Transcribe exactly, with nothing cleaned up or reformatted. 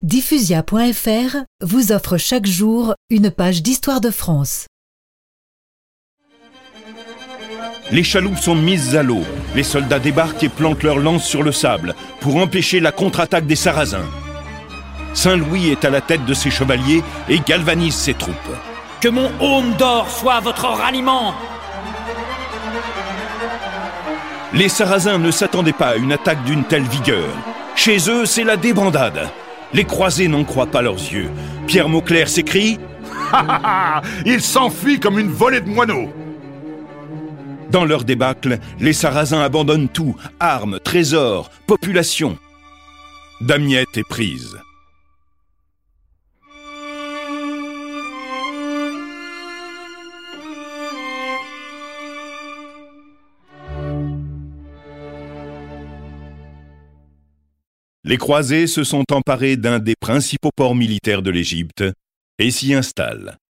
Diffusia point F R vous offre chaque jour une page d'histoire de France. Les chaloupes sont mises à l'eau. Les soldats débarquent et plantent leurs lances sur le sable pour empêcher la contre-attaque des Sarrasins. Saint-Louis est à la tête de ses chevaliers et galvanise ses troupes. Que mon aume d'or soit votre ralliement! Les Sarrasins ne s'attendaient pas à une attaque d'une telle vigueur. Chez eux, c'est la débandade. Les croisés n'en croient pas leurs yeux. Pierre Mauclerc s'écrie « Ha ha ha ! Il s'enfuit comme une volée de moineaux !» Dans leur débâcle, les Sarrasins abandonnent tout, armes, trésors, population. Damiette est prise. Les croisés se sont emparés d'un des principaux ports militaires de l'Égypte et s'y installent.